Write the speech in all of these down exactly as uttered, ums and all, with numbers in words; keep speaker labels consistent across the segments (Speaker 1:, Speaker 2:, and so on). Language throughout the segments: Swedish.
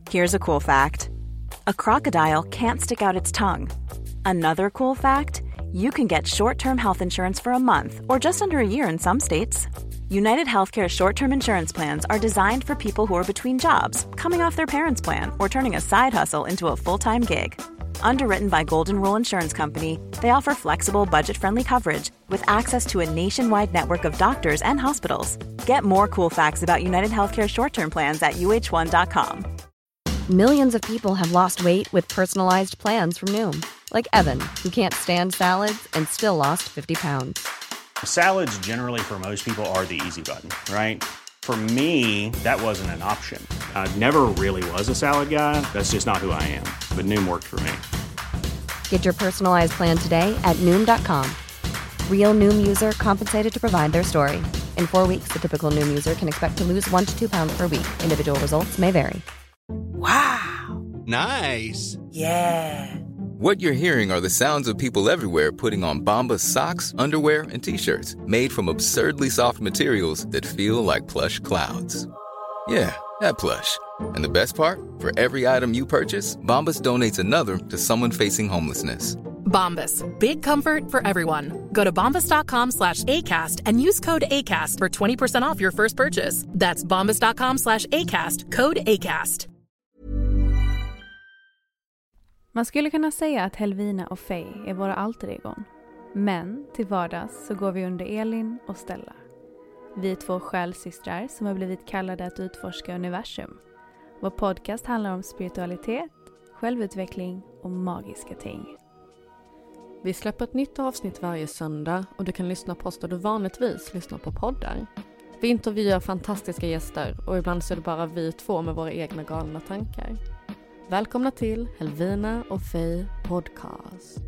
Speaker 1: Here's a cool fact. A crocodile can't stick out its tongue. Another cool fact, you can get short-term health insurance for a month or just under a year in some states. United Healthcare short-term insurance plans are designed for people who are between jobs, coming off their parents' plan, or turning a side hustle into a full-time gig. Underwritten by Golden Rule Insurance Company, they offer flexible, budget-friendly coverage with access to a nationwide network of doctors and hospitals. Get more cool facts about United Healthcare short-term plans at U H one dot com.
Speaker 2: Millions of people have lost weight with personalized plans from Noom. Like Evan, who can't stand salads and still lost fifty pounds.
Speaker 3: Salads generally for most people are the easy button, right? For me, that wasn't an option. I never really was a salad guy. That's just not who I am. But Noom worked for me.
Speaker 2: Get your personalized plan today at Noom dot com. Real Noom user compensated to provide their story. In four weeks, the typical Noom user can expect to lose one to two pounds per week. Individual results may vary.
Speaker 4: Wow.
Speaker 5: Nice.
Speaker 4: Yeah.
Speaker 6: What you're hearing are the sounds of people everywhere putting on Bombas socks, underwear, and T-shirts made from absurdly soft materials that feel like plush clouds. Yeah, that plush. And the best part? For every item you purchase, Bombas donates another to someone facing homelessness.
Speaker 7: Bombas, big comfort for everyone. Go to bombas.com slash ACAST and use code ACAST for twenty percent off your first purchase. That's bombas.com slash ACAST, code ACAST.
Speaker 8: Man skulle kunna säga att Helvina och Faye är våra alter egon. Men till vardags så går vi under Elin och Stella. Vi är två själsystrar som har blivit kallade att utforska universum. Vår podcast handlar om spiritualitet, självutveckling och magiska ting.
Speaker 9: Vi släpper ett nytt avsnitt varje söndag och du kan lyssna på oss där du vanligtvis lyssnar på poddar. Vi intervjuar fantastiska gäster och ibland så är det bara vi två med våra egna galna tankar. Välkomna till Helvina och Faye podcast.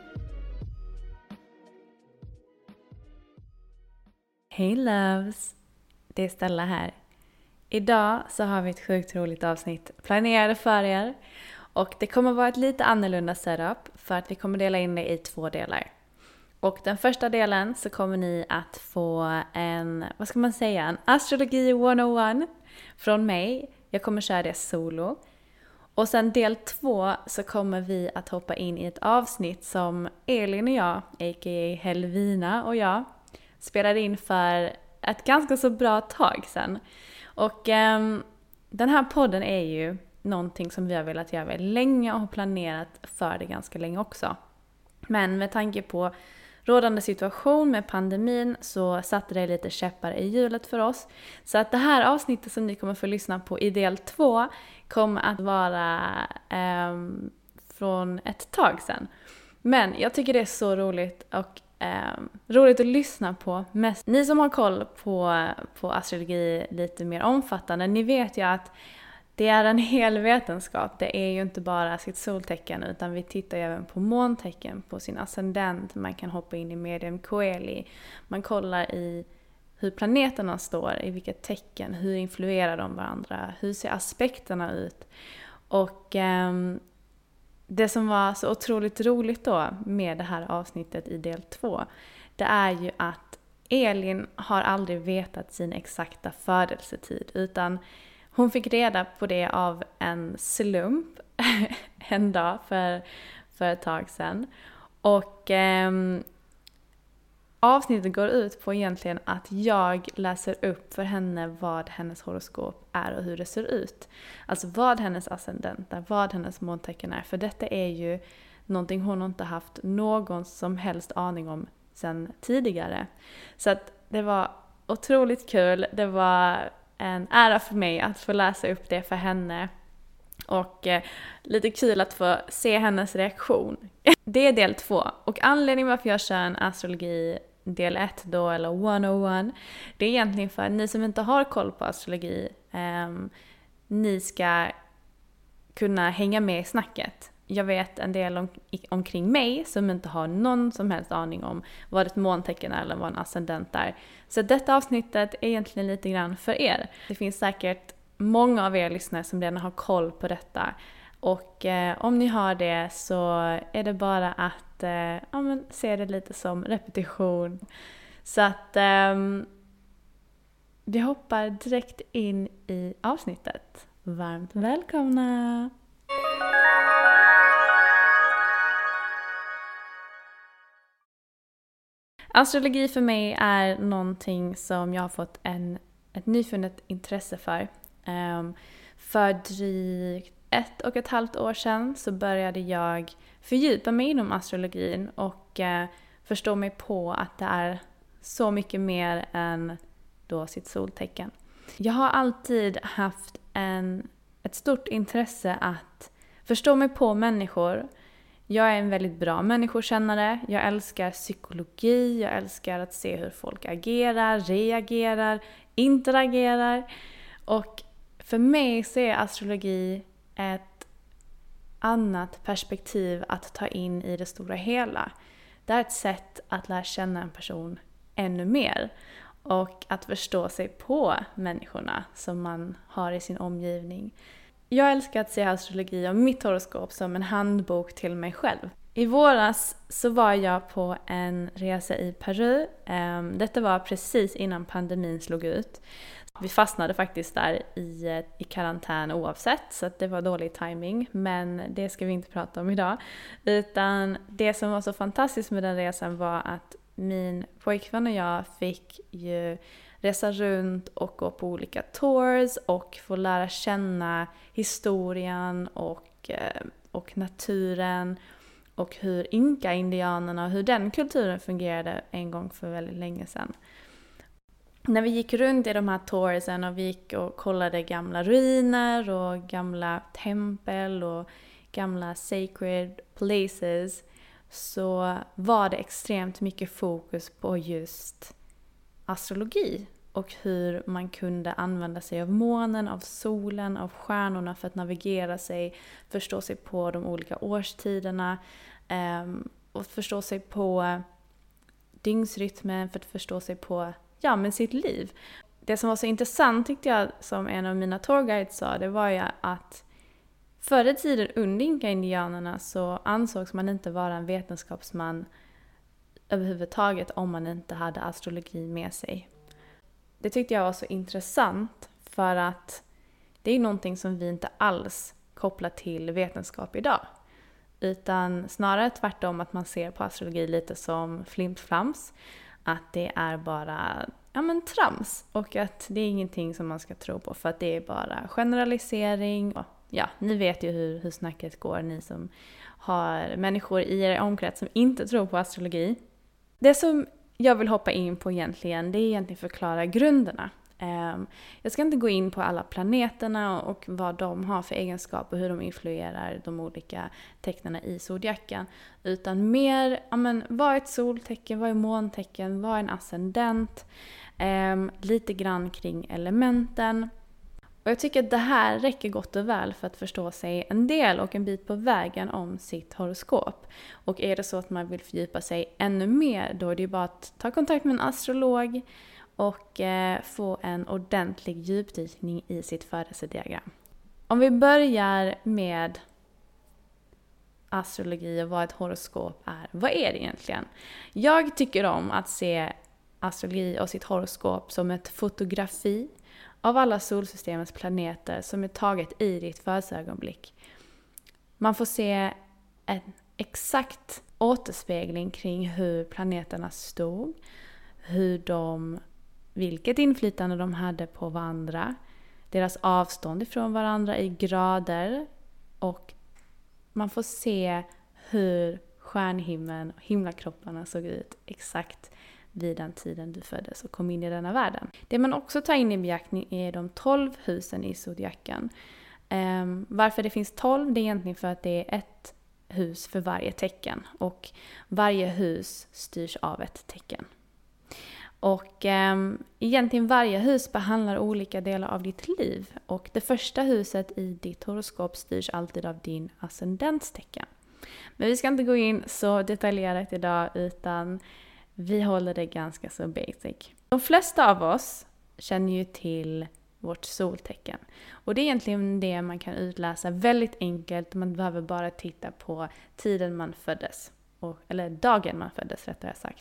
Speaker 8: Hej loves! Det är Stella här. Idag så har vi ett sjukt roligt avsnitt planerade för er. Och det kommer vara ett lite annorlunda setup för att vi kommer dela in det i två delar. Och den första delen så kommer ni att få en, vad ska man säga, en astrologi etthundraett från mig. Jag kommer köra det solo. Och sen del två så kommer vi att hoppa in i ett avsnitt som Elin och jag, a k a. Helvina och jag, spelade in för ett ganska så bra tag sedan. Och um, den här podden är ju någonting som vi har velat göra väldigt länge och har planerat för det ganska länge också. Men med tanke på rådande situation med pandemin så satte det lite käppar i hjulet för oss. Så att det här avsnittet som ni kommer få lyssna på i del två kommer att vara um, från ett tag sedan. Men jag tycker det är så roligt och um, roligt att lyssna på. Mest ni som har koll på, på astrologi lite mer omfattande, ni vet ju att det är en hel vetenskap. Det är ju inte bara sitt soltecken utan vi tittar även på måntecken, på sin ascendent. Man kan hoppa in i medium coeli. Man kollar i hur planeterna står, i vilket tecken, hur influerar de varandra, hur ser aspekterna ut. Och eh, det som var så otroligt roligt då med det här avsnittet i del två, det är ju att Elin har aldrig vetat sin exakta födelsetid utan hon fick reda på det av en slump en dag för, för ett tag sedan. Och eh, avsnittet går ut på egentligen att jag läser upp för henne vad hennes horoskop är och hur det ser ut. Alltså vad hennes ascendent är, vad hennes måntecken är. För detta är ju någonting hon inte haft någon som helst aning om sedan tidigare. Så att det var otroligt kul. Det var en ära för mig att få läsa upp det för henne. Och eh, lite kul att få se hennes reaktion. Det är del två. Och anledningen varför jag kör en astrologi del ett då, eller etthundraett, det är egentligen för att ni som inte har koll på astrologi, eh, ni ska kunna hänga med i snacket. Jag vet en del om, omkring mig som inte har någon som helst aning om vad ett måntecken är eller vad en ascendent är. Så detta avsnittet är egentligen lite grann för er. Det finns säkert många av er lyssnare som redan har koll på detta. Och eh, om ni har det så är det bara att eh, ja, men, se det lite som repetition. Så att eh, vi hoppar direkt in i avsnittet. varmt välkomna! Astrologi för mig är någonting som jag har fått en, ett nyfunnet intresse för. Um, för drygt ett och ett halvt år sedan så började jag fördjupa mig inom astrologin och uh, förstå mig på att det är så mycket mer än då sitt soltecken. Jag har alltid haft en, ett stort intresse att förstå mig på människor. Jag är en väldigt bra människokännare. Jag älskar psykologi. Jag älskar att se hur folk agerar, reagerar, interagerar. Och för mig så är astrologi ett annat perspektiv att ta in i det stora hela. Det är ett sätt att lära känna en person ännu mer. Och att förstå sig på människorna som man har i sin omgivning. Jag älskar att se astrologi och mitt horoskop som en handbok till mig själv. I våras så var jag på en resa i Peru. Detta var precis innan pandemin slog ut. Vi fastnade faktiskt där i, i karantän oavsett, så att det var dålig timing. Men det ska vi inte prata om idag. Utan det som var så fantastiskt med den resan var att min pojkvän och jag fick ju resa runt och gå på olika tours och få lära känna historien och, och naturen och hur inka-indianerna och hur den kulturen fungerade en gång för väldigt länge sedan. När vi gick runt i de här toursen och vi gick och kollade gamla ruiner och gamla tempel och gamla sacred places så var det extremt mycket fokus på just astrologi och hur man kunde använda sig av månen, av solen, av stjärnorna för att navigera sig, förstå sig på de olika årstiderna um, och förstå sig på dygnsrytmen för att förstå sig på ja, men sitt liv. Det som var så intressant tyckte jag, som en av mina tourguides sa, det var ju att förr i tiden under inka-indianerna så ansågs man inte vara en vetenskapsman överhuvudtaget om man inte hade astrologi med sig. Det tyckte jag var så intressant för att det är någonting som vi inte alls kopplar till vetenskap idag. Utan snarare tvärtom att man ser på astrologi lite som flimflams. Att det är bara ja, men trams och att det är ingenting som man ska tro på för att det är bara generalisering. Och, ja, ni vet ju hur, hur snacket går, ni som har människor i er omkrets som inte tror på astrologi. Det som jag vill hoppa in på egentligen, det är egentligen förklara grunderna. Jag ska inte gå in på alla planeterna och vad de har för egenskaper och hur de influerar de olika tecknarna i zodiaken. Utan mer, ja men, vad är ett soltecken, vad är måntecken, vad är en ascendent, lite grann kring elementen. Och jag tycker att det här räcker gott och väl för att förstå sig en del och en bit på vägen om sitt horoskop. Och är det så att man vill fördjupa sig ännu mer, då är det ju bara att ta kontakt med en astrolog och eh, få en ordentlig djupdykning i sitt födelsediagram. Om vi börjar med astrologi och vad ett horoskop är. Vad är det egentligen? Jag tycker om att se astrologi och sitt horoskop som ett fotografi av alla solsystemets planeter som är taget i ditt födelseögonblick. Man får se en exakt återspegling kring hur planeterna stod, hur de, vilket inflytande de hade på varandra, deras avstånd ifrån varandra i grader, och man får se hur stjärnhimlen och himlakropparna såg ut exakt vid den tiden du föddes och kom in i denna världen. Det man också tar in i beaktning är de tolv husen i zodiaken. Um, varför det finns tolv, det är egentligen för att det är ett hus för varje tecken. Och varje hus styrs av ett tecken. Och um, egentligen varje hus behandlar olika delar av ditt liv. Och det första huset i ditt horoskop styrs alltid av din ascendenstecken. Men vi ska inte gå in så detaljerat idag, utan vi håller det ganska så basic. De flesta av oss känner ju till vårt soltecken. Och det är egentligen det man kan utläsa väldigt enkelt. Man behöver bara titta på tiden man föddes. Och, eller dagen man föddes, rättare sagt.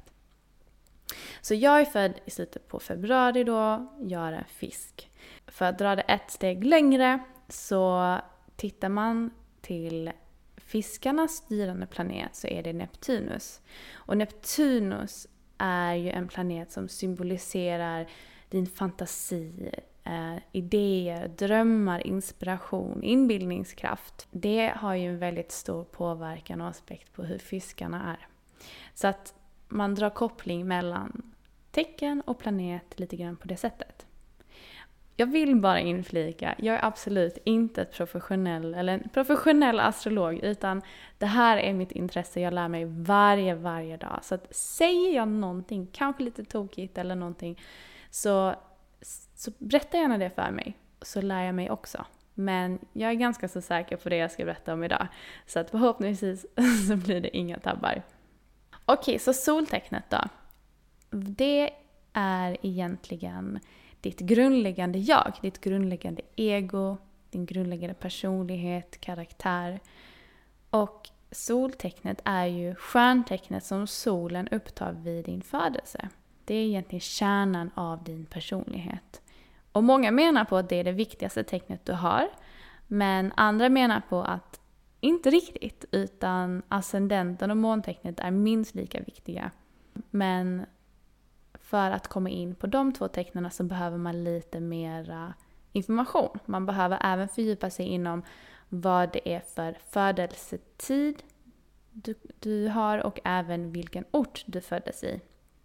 Speaker 8: Så jag är född i slutet på februari då. Jag är en fisk. För att dra det ett steg längre så tittar man till fiskarnas styrande planet så är det Neptunus. Och Neptunus är ju en planet som symboliserar din fantasi, eh, idéer, drömmar, inspiration, inbildningskraft. Det har ju en väldigt stor påverkan och aspekt på hur fiskarna är. Så att man drar koppling mellan tecken och planet lite grann på det sättet. Jag vill bara inflika, jag är absolut inte ett professionell eller en professionell astrolog, utan det här är mitt intresse. Jag lär mig varje, varje dag. Så att säger jag någonting, kanske lite tokigt eller någonting, så, så berätta gärna det för mig. Så lär jag mig också. Men jag är ganska så säker på det jag ska berätta om idag. Så att förhoppningsvis så blir det inga tabbar. Okej, så soltecknet då. Det är egentligen ditt grundläggande jag, ditt grundläggande ego, din grundläggande personlighet, karaktär. Och soltecknet är ju stjärntecknet som solen upptar vid din födelse. Det är egentligen kärnan av din personlighet. Och många menar på att det är det viktigaste tecknet du har. Men andra menar på att inte riktigt, utan ascendenten och måntecknet är minst lika viktiga. Men för att komma in på de två tecknarna så behöver man lite mera information. Man behöver även fördjupa sig inom vad det är för födelsetid du, du har och även vilken ort du föddes i.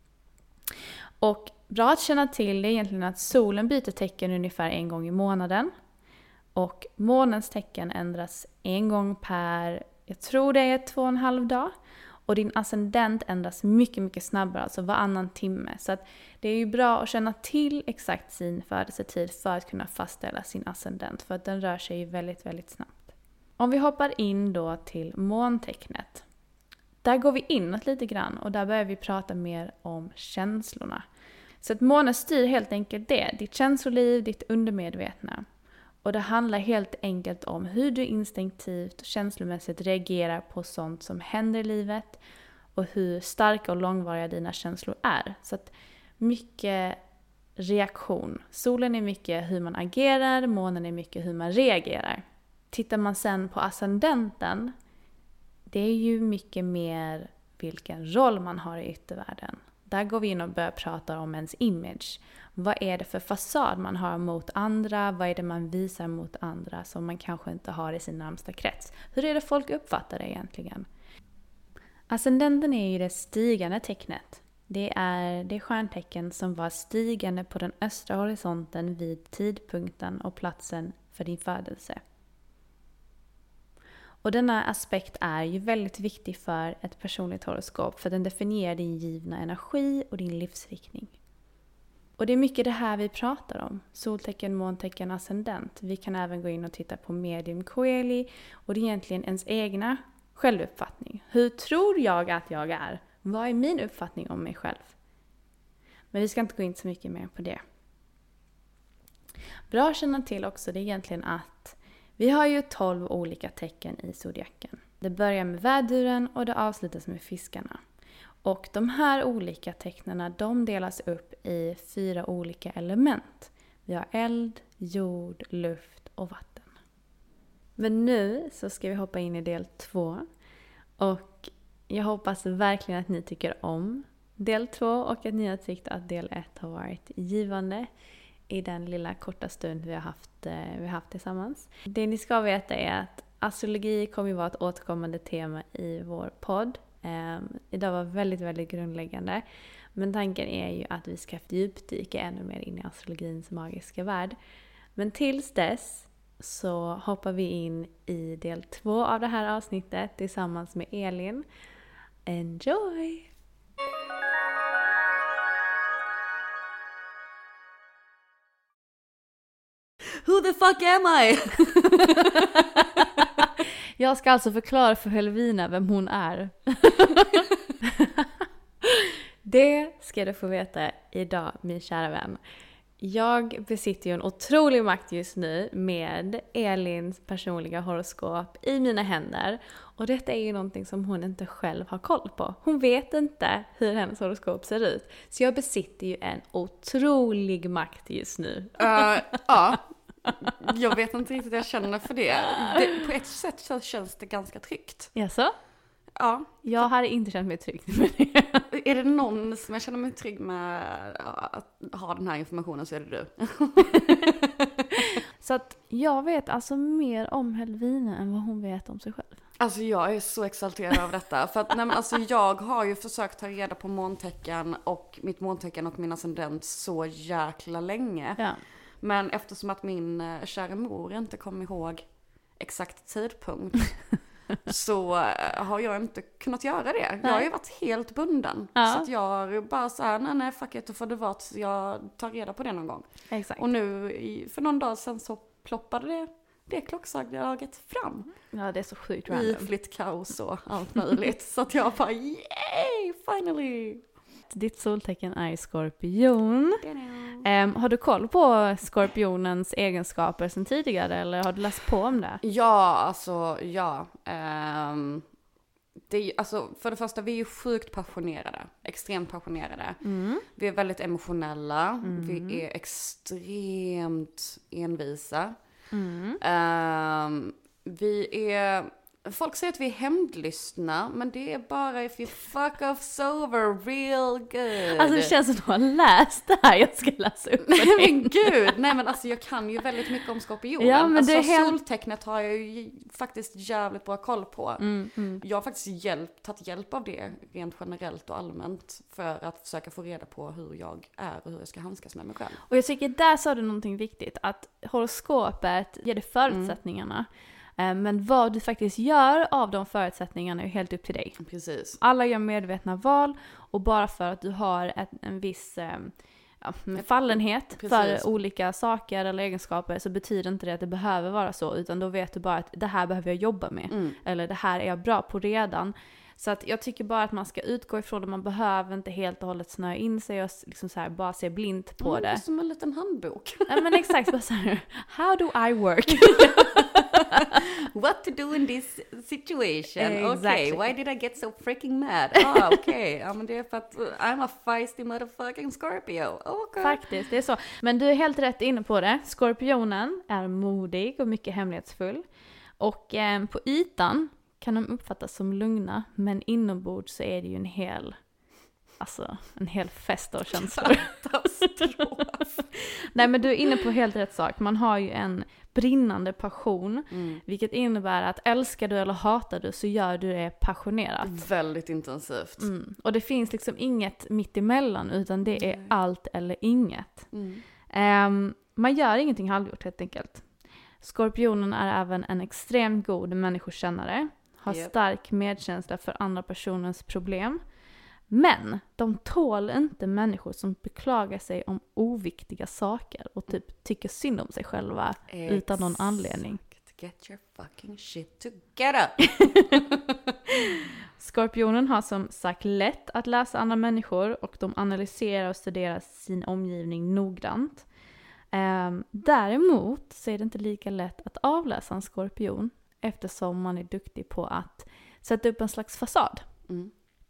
Speaker 8: Och bra att känna till är egentligen att solen byter tecken ungefär en gång i månaden. Och månens tecken ändras en gång per, jag tror det är två och en halv dag. Och din ascendent ändras mycket, mycket snabbare, alltså varannan timme. Så att det är ju bra att känna till exakt sin födelsetid för att kunna fastställa sin ascendent. För att den rör sig väldigt, väldigt snabbt. Om vi hoppar in då till måntecknet. Där går vi inåt lite grann och där börjar vi prata mer om känslorna. Så att månen styr helt enkelt det, ditt känsloliv, ditt undermedvetna. Och det handlar helt enkelt om hur du instinktivt och känslomässigt reagerar på sånt som händer i livet. Och hur starka och långvariga dina känslor är. Så att mycket reaktion. Solen är mycket hur man agerar, månen är mycket hur man reagerar. Tittar man sen på ascendenten, det är ju mycket mer vilken roll man har i yttervärlden. Där går vi in och börjar prata om ens image. Vad är det för fasad man har mot andra? Vad är det man visar mot andra som man kanske inte har i sin närmsta krets? Hur är det folk uppfattar det egentligen? Ascendenten är ju det stigande tecknet. Det är det stjärntecken som var stigande på den östra horisonten vid tidpunkten och platsen för din födelse. Och denna aspekt är ju väldigt viktig för ett personligt horoskop, för den definierar din givna energi och din livsriktning. Och det är mycket det här vi pratar om. Soltecken, måntecken, ascendent. Vi kan även gå in och titta på medium coeli. Och det är egentligen ens egna självuppfattning. Hur tror jag att jag är? Vad är min uppfattning om mig själv? Men vi ska inte gå in så mycket mer på det. Bra att känna till också det är egentligen att vi har ju tolv olika tecken i zodiaken. Det börjar med väduren och det avslutas med fiskarna. Och de här olika tecknarna, de delas upp i fyra olika element. Vi har eld, jord, luft och vatten. Men nu så ska vi hoppa in i del två. Och jag hoppas verkligen att ni tycker om del två och att ni har tyckt att del ett har varit givande i den lilla korta stund vi har haft, vi har haft tillsammans. Det ni ska veta är att astrologi kommer att vara ett återkommande tema i vår podd. Um, idag var väldigt, väldigt grundläggande. Men tanken är ju att vi ska djupdyka ännu mer in i astrologins magiska värld. Men tills dess så hoppar vi in i del två av det här avsnittet tillsammans med Elin. Enjoy!
Speaker 5: Who the fuck am I?
Speaker 8: Jag ska alltså förklara för Helvina vem hon är. Det ska du få veta idag, min kära vän. Jag besitter ju en otrolig makt just nu med Elins personliga horoskop i mina händer. Och detta är ju någonting som hon inte själv har koll på. Hon vet inte hur hennes horoskop ser ut. Så jag besitter ju en otrolig makt just nu.
Speaker 5: Uh, ja,
Speaker 9: Jag vet inte riktigt vad jag känner för det. det. På ett sätt så känns det ganska tryggt.
Speaker 8: Jaså?
Speaker 9: Ja.
Speaker 8: Jag hade inte känt mig trygg med det.
Speaker 9: Är det någon som jag känner mig trygg med att ha den här informationen så är det du.
Speaker 8: Så att jag vet alltså mer om Helvina än vad hon vet om sig själv.
Speaker 9: Alltså jag är så exalterad av detta. För att nej, men alltså, jag har ju försökt ta reda på måntecken och mitt måntecken och min ascendent så jäkla länge.
Speaker 8: Ja.
Speaker 9: Men eftersom att min äh, kära mor inte kom ihåg exakt tidpunkt så äh, har jag inte kunnat göra det. Nej. Jag har ju varit helt bunden. Ja. Så att jag har bara så här, nej nej fuck it, då får det vara så jag tar reda på det någon gång.
Speaker 8: Exakt.
Speaker 9: Och nu för någon dag sedan så ploppade det det klockslaget fram.
Speaker 8: Ja, det är så sjukt random.
Speaker 9: I flytt kaos och allt möjligt. Så att jag bara, yay, finally!
Speaker 8: Ditt soltecken är skorpion. Um, har du koll på skorpionens egenskaper sedan tidigare eller har du läst på om det?
Speaker 9: Ja, alltså ja. Um, det är, alltså, för det första, vi är ju sjukt passionerade. Extremt passionerade. Mm. Vi är väldigt emotionella. Mm. Vi är extremt envisa. Mm. Um, vi är... Folk säger att vi är hämndlystna, men det är bara if you fuck off sober real good.
Speaker 8: Alltså det känns som att du har läst det här jag ska läsa upp för
Speaker 9: dig. Men gud, nej men alltså jag kan ju väldigt mycket om skorpionen. Ja, men alltså det är helt... soltecknet har jag ju faktiskt jävligt bra koll på. Mm, mm. Jag har faktiskt hjälp, tagit hjälp av det rent generellt och allmänt för att försöka få reda på hur jag är och hur jag ska handskas med mig själv.
Speaker 8: Och jag tycker där sa du någonting viktigt, att horoskopet ger dig förutsättningarna. Mm. Men vad du faktiskt gör av de förutsättningarna är helt upp till dig.
Speaker 9: Precis.
Speaker 8: Alla gör medvetna val och bara för att du har ett, en viss ja, fallenhet Precis. För olika saker eller egenskaper så betyder inte det att det behöver vara så, utan då vet du bara att det här behöver jag jobba med. Mm. Eller det här är jag bra på redan. Så att jag tycker bara att man ska utgå ifrån det. Man behöver inte helt och hållet snöa in sig och liksom så här bara se blint på
Speaker 9: mm,
Speaker 8: det.
Speaker 9: Det är som en liten handbok.
Speaker 8: Ja, men exakt. Bara så här, how do I work?
Speaker 9: What to do in this situation?
Speaker 8: Exactly.
Speaker 9: Okay, why did I get so freaking mad? Ah, okej. Okay. Ja, men det är för att I'm a feisty motherfucking Scorpio. Okay.
Speaker 8: Faktiskt, det är så. Men du är helt rätt inne på det. Skorpionen är modig och mycket hemlighetsfull. Och eh, på ytan kan de uppfattas som lugna, men inombords så är det ju en hel, alltså en hel fest av känslor. Nej, men du är inne på helt rätt sak. Man har ju en brinnande passion, mm. vilket innebär att älskar du eller hatar du så gör du det passionerat.
Speaker 9: Väldigt intensivt.
Speaker 8: Mm. Och det finns liksom inget mitt emellan, utan det är Nej. Allt eller inget. Mm. Um, man gör ingenting halvgjort helt enkelt. Skorpionen är även en extremt god människokännare. Har yep. stark medkänsla för andra personers problem. Men de tål inte människor som beklagar sig om oviktiga saker och typ tycker synd om sig själva Exakt. Utan någon anledning.
Speaker 9: Get your fucking shit together.
Speaker 8: Skorpionen har som sagt lätt att läsa andra människor och de analyserar och studerar sin omgivning noggrant. Um, däremot så är det inte lika lätt att avläsa en skorpion eftersom man är duktig på att sätta upp en slags fasad. Mm.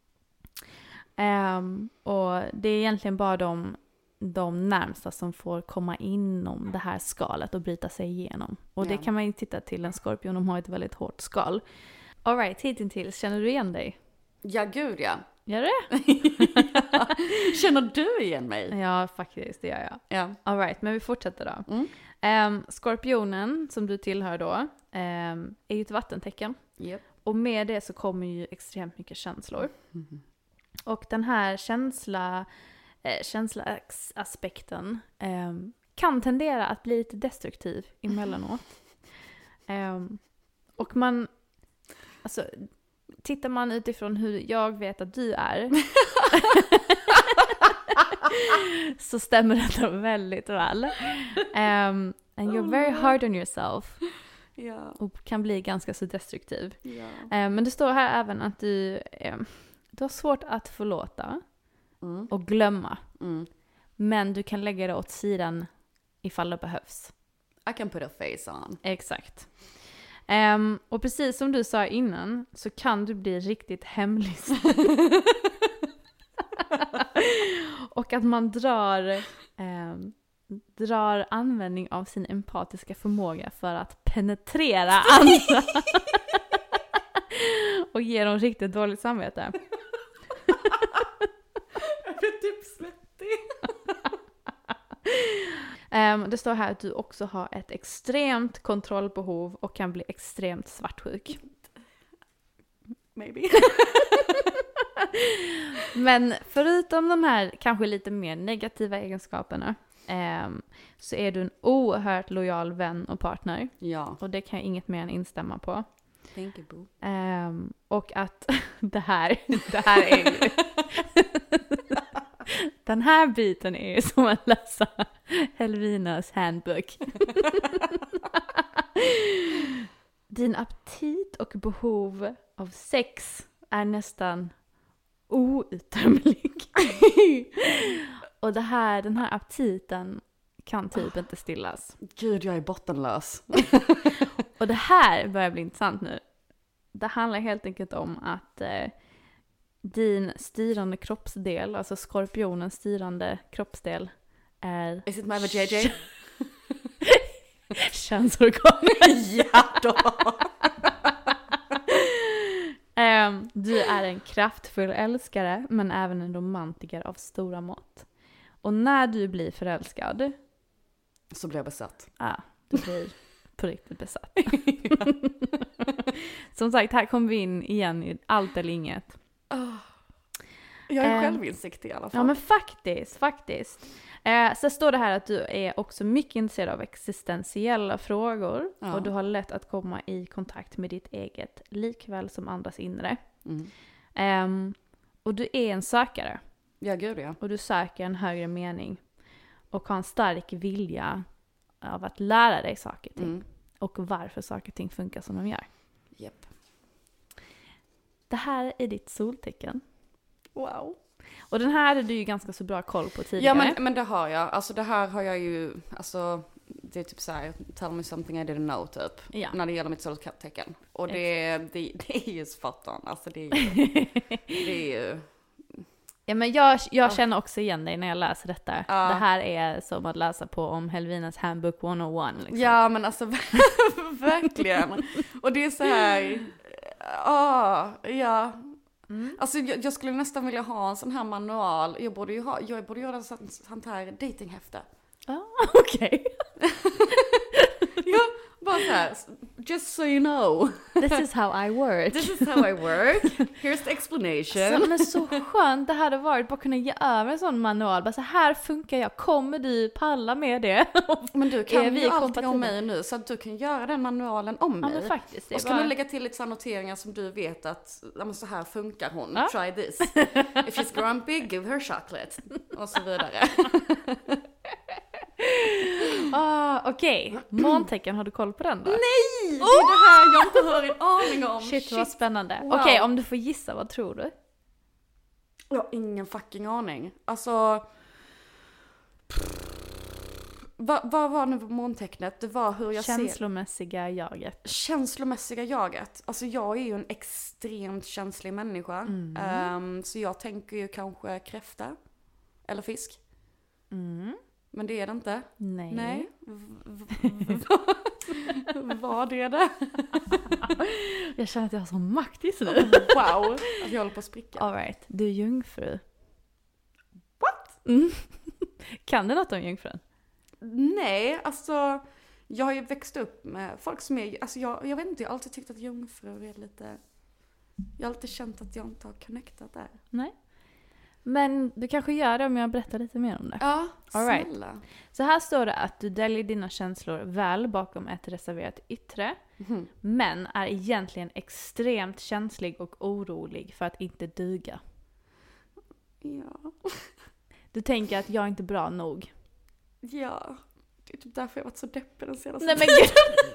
Speaker 8: Um, och det är egentligen bara de, de närmsta som får komma inom det här skalet och bryta sig igenom. Och ja. Det kan man ju titta till en skorpion, de har ett väldigt hårt skal. All right, hittills, känner du igen dig?
Speaker 9: Ja, gud ja.
Speaker 8: Gör det?
Speaker 9: Ja. Känner du igen mig?
Speaker 8: Ja, faktiskt, det gör jag.
Speaker 9: Ja.
Speaker 8: All right, men vi fortsätter då. Mm. Um, skorpionen, som du tillhör då, um, är ju ett vattentecken.
Speaker 9: Yep.
Speaker 8: Och med det så kommer ju extremt mycket känslor. Mm. Och den här känsla, eh, känslaaspekten eh, kan tendera att bli lite destruktiv emellanåt. Eh, och man, alltså, tittar man utifrån hur jag vet att du är så stämmer det väldigt väl. Um, and you're very hard on yourself.
Speaker 9: Yeah.
Speaker 8: Och kan bli ganska så destruktiv.
Speaker 9: Yeah.
Speaker 8: Um, men det står här även att du... Um, Du har svårt att förlåta mm. och glömma. Mm. Men du kan lägga det åt sidan ifall det behövs.
Speaker 9: I can put a face on.
Speaker 8: Exakt. Um, och precis som du sa innan så kan du bli riktigt hemlis. Och att man drar um, drar användning av sin empatiska förmåga för att penetrera andra och ge dem riktigt dåligt samvete.
Speaker 5: Jag blir typ svettig.
Speaker 8: um, det står här att du också har ett extremt kontrollbehov och kan bli extremt svartsjuk.
Speaker 5: Maybe.
Speaker 8: Men förutom de här kanske lite mer negativa egenskaperna um, så är du en oerhört lojal vän och partner.
Speaker 5: Ja.
Speaker 8: Och det kan jag inget mer än instämma på.
Speaker 5: Thank you, boo.
Speaker 8: Um, och att det här, det här är ju... Den här biten är ju som att läsa Helvinas handbook. Din aptit och behov av sex är nästan outtömlig. Och det här, den här aptiten kan typ inte stillas.
Speaker 5: Gud, jag är bottenlös.
Speaker 8: Och det här börjar bli intressant nu. Det handlar helt enkelt om att eh, din styrande kroppsdel, alltså skorpionens styrande kroppsdel är...
Speaker 5: Is it my J J?
Speaker 8: Könsorgan.
Speaker 5: Ja då.
Speaker 8: um, du är en kraftfull älskare men även en romantiker av stora mått. Och när du blir förälskad...
Speaker 5: Så blir jag besatt.
Speaker 8: Ja, ah, du blir på riktigt besatt. Som sagt, här kommer vi in igen i allt eller inget.
Speaker 5: Oh. Jag är
Speaker 8: um,
Speaker 5: självinsikt i alla fall.
Speaker 8: Ja men faktiskt, faktiskt. Eh, så står det här att du är också mycket intresserad av existentiella frågor.
Speaker 5: Ja.
Speaker 8: Och du har lätt att komma i kontakt med ditt eget likväl som andras inre.
Speaker 5: Mm.
Speaker 8: Um, och du är en sökare.
Speaker 5: Ja, gud ja.
Speaker 8: Och du söker en högre mening. Och har en stark vilja av att lära dig saker och ting.
Speaker 5: Mm.
Speaker 8: Och varför saker och ting funkar som de gör.
Speaker 5: Yep.
Speaker 8: Det här är ditt soltecken.
Speaker 5: Wow.
Speaker 8: Och den här hade du ju ganska så bra koll på tidigare.
Speaker 5: Ja, men, men det har jag. Alltså det här har jag ju, alltså det är typ så här, tell me something I didn't know typ.
Speaker 8: Ja.
Speaker 5: När det gäller mitt soltecken. Och det, det, det är ju spot on. Alltså det är ju, det är ju...
Speaker 8: Ja, men jag, jag känner också igen dig när jag läser detta.
Speaker 5: Ja.
Speaker 8: Det här är som att läsa på om Helvinas handbook etthundraett. Liksom.
Speaker 5: Ja, men alltså verkligen. Och det är så här, ah, ja. Mm. Alltså jag, jag skulle nästan vilja ha en sån här manual. Jag borde ju ha, jag borde göra en sån, sånt här datinghäfte.
Speaker 8: Ja, ah, okej.
Speaker 5: Ja, bara så här, just so you know.
Speaker 8: This is how I work.
Speaker 5: This is how I work. Here's the explanation.
Speaker 8: Så, men så skönt det hade varit bara kunna ge över en sån manual. Bara så här funkar jag. Kommer du palla med det?
Speaker 5: Men du kan
Speaker 8: är vi
Speaker 5: ju allting
Speaker 8: kompatibla?
Speaker 5: om mig nu så att du kan göra den manualen om mig.
Speaker 8: Ja, men faktiskt. Det är
Speaker 5: och så
Speaker 8: bara...
Speaker 5: kan du lägga till lite annoteringar som du vet att ja, men så här funkar hon.
Speaker 8: Ja.
Speaker 5: Try this. If she's grumpy, give her chocolate. Och så vidare.
Speaker 8: Ah, okej. Okay. Måntecken, har du koll på den då?
Speaker 5: Nej! Det är det här jag inte har en aning om.
Speaker 8: Shit, Shit. Vad spännande.
Speaker 5: Wow.
Speaker 8: Okej, okay, om du får gissa, vad tror du?
Speaker 5: Jag har ingen fucking aning. Alltså... Vad, vad var nu på måntecknet? Det var hur jag
Speaker 8: Känslomässiga ser... jaget.
Speaker 5: Känslomässiga jaget. Alltså jag är ju en extremt känslig människa. Mm. Um, så jag tänker ju kanske kräfta. Eller fisk.
Speaker 8: Mm.
Speaker 5: Men det är det inte.
Speaker 8: Nej.
Speaker 5: Nej. Vad är det?
Speaker 8: Jag känner att jag har så makt just nu.
Speaker 5: Wow. Att jag håller på att spricka.
Speaker 8: All right. Du är jungfru.
Speaker 5: What?
Speaker 8: Mm. Kan du något om jungfrun?
Speaker 5: Nej, alltså jag har ju växt upp med folk som är, alltså jag, jag vet inte, jag har alltid tyckt att jungfrur är lite, jag har alltid känt att jag inte har connectat där.
Speaker 8: Nej. Men du kanske gör det om jag berättar lite mer om det.
Speaker 5: Ja,
Speaker 8: all
Speaker 5: snälla.
Speaker 8: Right. Så här står det att du döljer dina känslor väl bakom ett reserverat yttre.
Speaker 5: Mm.
Speaker 8: Men är egentligen extremt känslig och orolig för att inte duga.
Speaker 5: Ja.
Speaker 8: Du tänker att jag är inte bra nog.
Speaker 5: Ja, det är typ därför jag varit så deppig den senaste
Speaker 8: Nej men gud.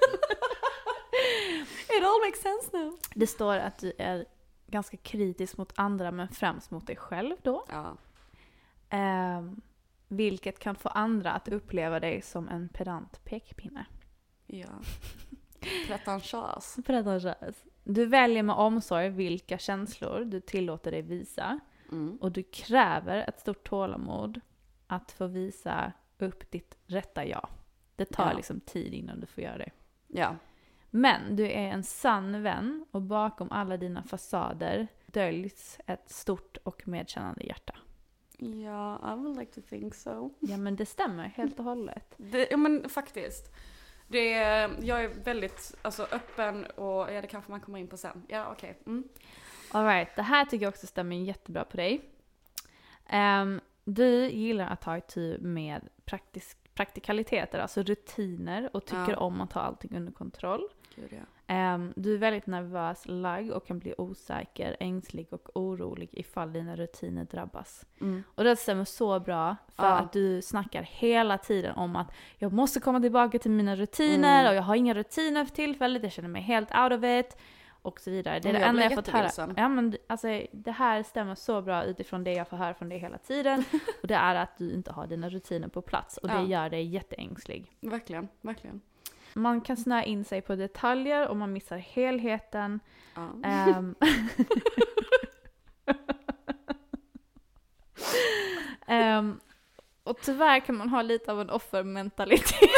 Speaker 5: It all makes sense now.
Speaker 8: Det står att du är ganska kritisk mot andra men främst mot dig själv då.
Speaker 5: Ja.
Speaker 8: Um, vilket kan få andra att uppleva dig som en pedant pekpinne.
Speaker 5: Ja. Pretentiös.
Speaker 8: Pretentiös. Du väljer med omsorg vilka känslor du tillåter dig visa.
Speaker 5: Mm.
Speaker 8: Och du kräver ett stort tålamod att få visa upp ditt rätta jag. Det tar
Speaker 5: Ja.
Speaker 8: liksom tid innan du får göra det.
Speaker 5: Ja.
Speaker 8: Men du är en sann vän och bakom alla dina fasader döljs ett stort och medkännande hjärta.
Speaker 5: Ja, I would like to think so.
Speaker 8: Ja, men det stämmer helt och hållet.
Speaker 5: Det, ja, men faktiskt. Det är, jag är väldigt alltså, öppen och ja, det kanske man kommer in på sen. Ja, okej. Okay. Mm.
Speaker 8: All right, det här tycker jag också stämmer jättebra på dig. Um, du gillar att ta itu med praktisk, praktikaliteter, alltså rutiner och tycker
Speaker 5: Ja.
Speaker 8: om att ha allting under kontroll.
Speaker 5: Gud, ja.
Speaker 8: Um, du är väldigt nervös, lagd och kan bli osäker, ängslig och orolig ifall dina rutiner drabbas.
Speaker 5: Mm.
Speaker 8: Och det stämmer så bra för
Speaker 5: Ja.
Speaker 8: att du snackar hela tiden om att jag måste komma tillbaka till mina rutiner
Speaker 5: Mm.
Speaker 8: och jag har inga rutiner för tillfället, jag känner mig helt out of it och så vidare. Det är
Speaker 5: Mm,
Speaker 8: det
Speaker 5: jag
Speaker 8: enda
Speaker 5: blir
Speaker 8: jag fått höra.
Speaker 5: jättevilsen.
Speaker 8: Ja, men alltså, det här stämmer så bra utifrån det jag får höra från dig hela tiden och det är att du inte har dina rutiner på plats och det
Speaker 5: Ja.
Speaker 8: gör dig jätteängslig.
Speaker 5: Verkligen, verkligen.
Speaker 8: Man kan snöa in sig på detaljer och man missar helheten.
Speaker 5: Ja.
Speaker 8: Ehm. Ehm, och tyvärr kan man ha lite av en offermentalitet.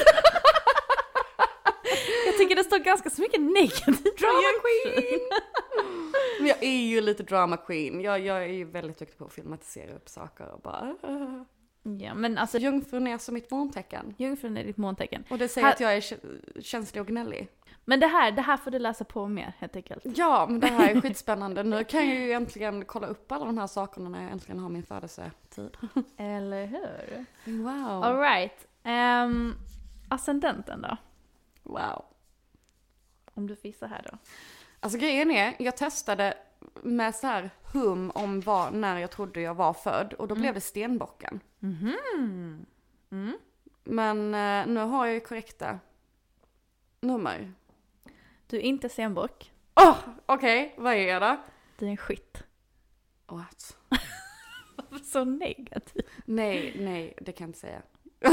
Speaker 8: Jag tycker det står ganska så mycket negativt.
Speaker 5: Drama queen! Men jag är ju lite drama queen. Jag, jag är ju väldigt duktig på att filmatisera upp saker och bara... Uh.
Speaker 8: Ja, men alltså,
Speaker 5: Jungfrun är som mitt måntecken.
Speaker 8: jungfrun är ditt måntecken.
Speaker 5: Och det säger
Speaker 8: Här-
Speaker 5: att jag är kä- känslig och gnällig.
Speaker 8: Men det här, det här får du läsa på mer helt enkelt.
Speaker 5: Ja, men det här är skitspännande. Nu kan jag ju äntligen kolla upp alla de här sakerna när jag äntligen har min födelsetid.
Speaker 8: Eller hur?
Speaker 5: Wow.
Speaker 8: All right. Um, ascendenten då?
Speaker 5: Wow.
Speaker 8: Om du fissar här då.
Speaker 5: Alltså grejen är, jag testade med så här hum om vad, när jag trodde jag var född. Och då blev det stenbocken.
Speaker 8: Mhm. Mm.
Speaker 5: Men eh, nu har jag ju korrekta nummer.
Speaker 8: Du är inte stenbock.
Speaker 5: Åh, oh, okej. Okay. Vad är jag då?
Speaker 8: Du är en skit.
Speaker 5: What?
Speaker 8: Så negativ.
Speaker 5: Nej, nej, det kan jag inte säga.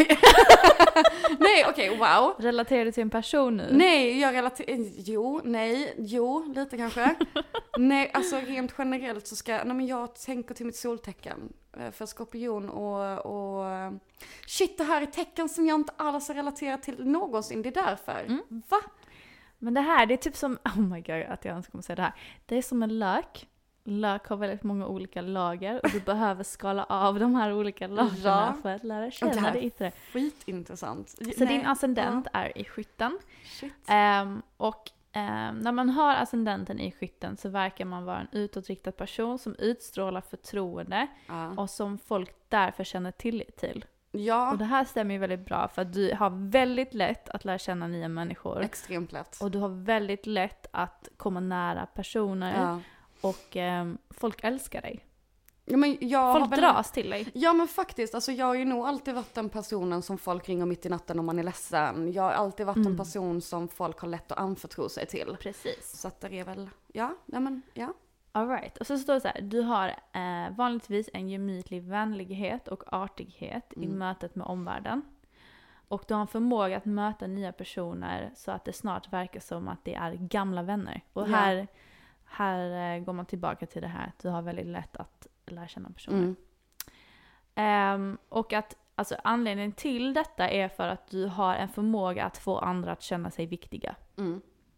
Speaker 5: Nej, okej, okay, wow.
Speaker 8: Relaterar du till en person nu?
Speaker 5: Nej, jag relaterar... Jo, nej, jo, lite kanske. Nej, alltså rent generellt så ska... Nej, men jag tänker till mitt soltecken. För skorpion och, och... Shit, det här är tecken som jag inte alls har relaterat till någonsin. Det är därför.
Speaker 8: Mm.
Speaker 5: Va?
Speaker 8: Men det här, det är typ som... Oh my god, att jag ens kommer säga det här. Det är som en lök. Lök har väldigt många olika lager och du behöver skala av de här olika lagerna
Speaker 5: Ja.
Speaker 8: för att lära
Speaker 5: Det
Speaker 8: känna
Speaker 5: här
Speaker 8: det yttre.
Speaker 5: Skitintressant.
Speaker 8: Så
Speaker 5: Nej,
Speaker 8: din ascendent är i skytten.
Speaker 5: Shit.
Speaker 8: Um, och um, när man har ascendenten i skytten så verkar man vara en utåtriktad person som utstrålar förtroende
Speaker 5: Ja.
Speaker 8: och som folk därför känner tillit till.
Speaker 5: Ja,
Speaker 8: Och det här stämmer ju väldigt bra för att du har väldigt lätt att lära känna nya människor.
Speaker 5: extremt lätt.
Speaker 8: Och du har väldigt lätt att komma nära personer
Speaker 5: Ja.
Speaker 8: och um, folk älskar dig.
Speaker 5: Ja, men jag har
Speaker 8: Folk
Speaker 5: väl-
Speaker 8: dras till dig.
Speaker 5: Ja men faktiskt, alltså jag har ju nog alltid varit den personen som folk ringer mitt i natten om man är ledsen. Jag har alltid varit
Speaker 8: Mm.
Speaker 5: en person som folk har lätt att anförtro sig till.
Speaker 8: Precis.
Speaker 5: Så att det är väl, ja, nej men, ja.
Speaker 8: All right. Och så står det så här, du har eh, vanligtvis en gemytlig vänlighet och artighet i
Speaker 5: Mm.
Speaker 8: mötet med omvärlden. Och du har en förmåga att möta nya personer så att det snart verkar som att det är gamla vänner. Och
Speaker 5: Ja.
Speaker 8: här, här eh, går man tillbaka till det här att du har väldigt lätt att lära känna personer.
Speaker 5: Mm.
Speaker 8: Ehm, och att alltså, anledningen till detta är för att du har en förmåga att få andra att känna sig viktiga.
Speaker 5: Mm.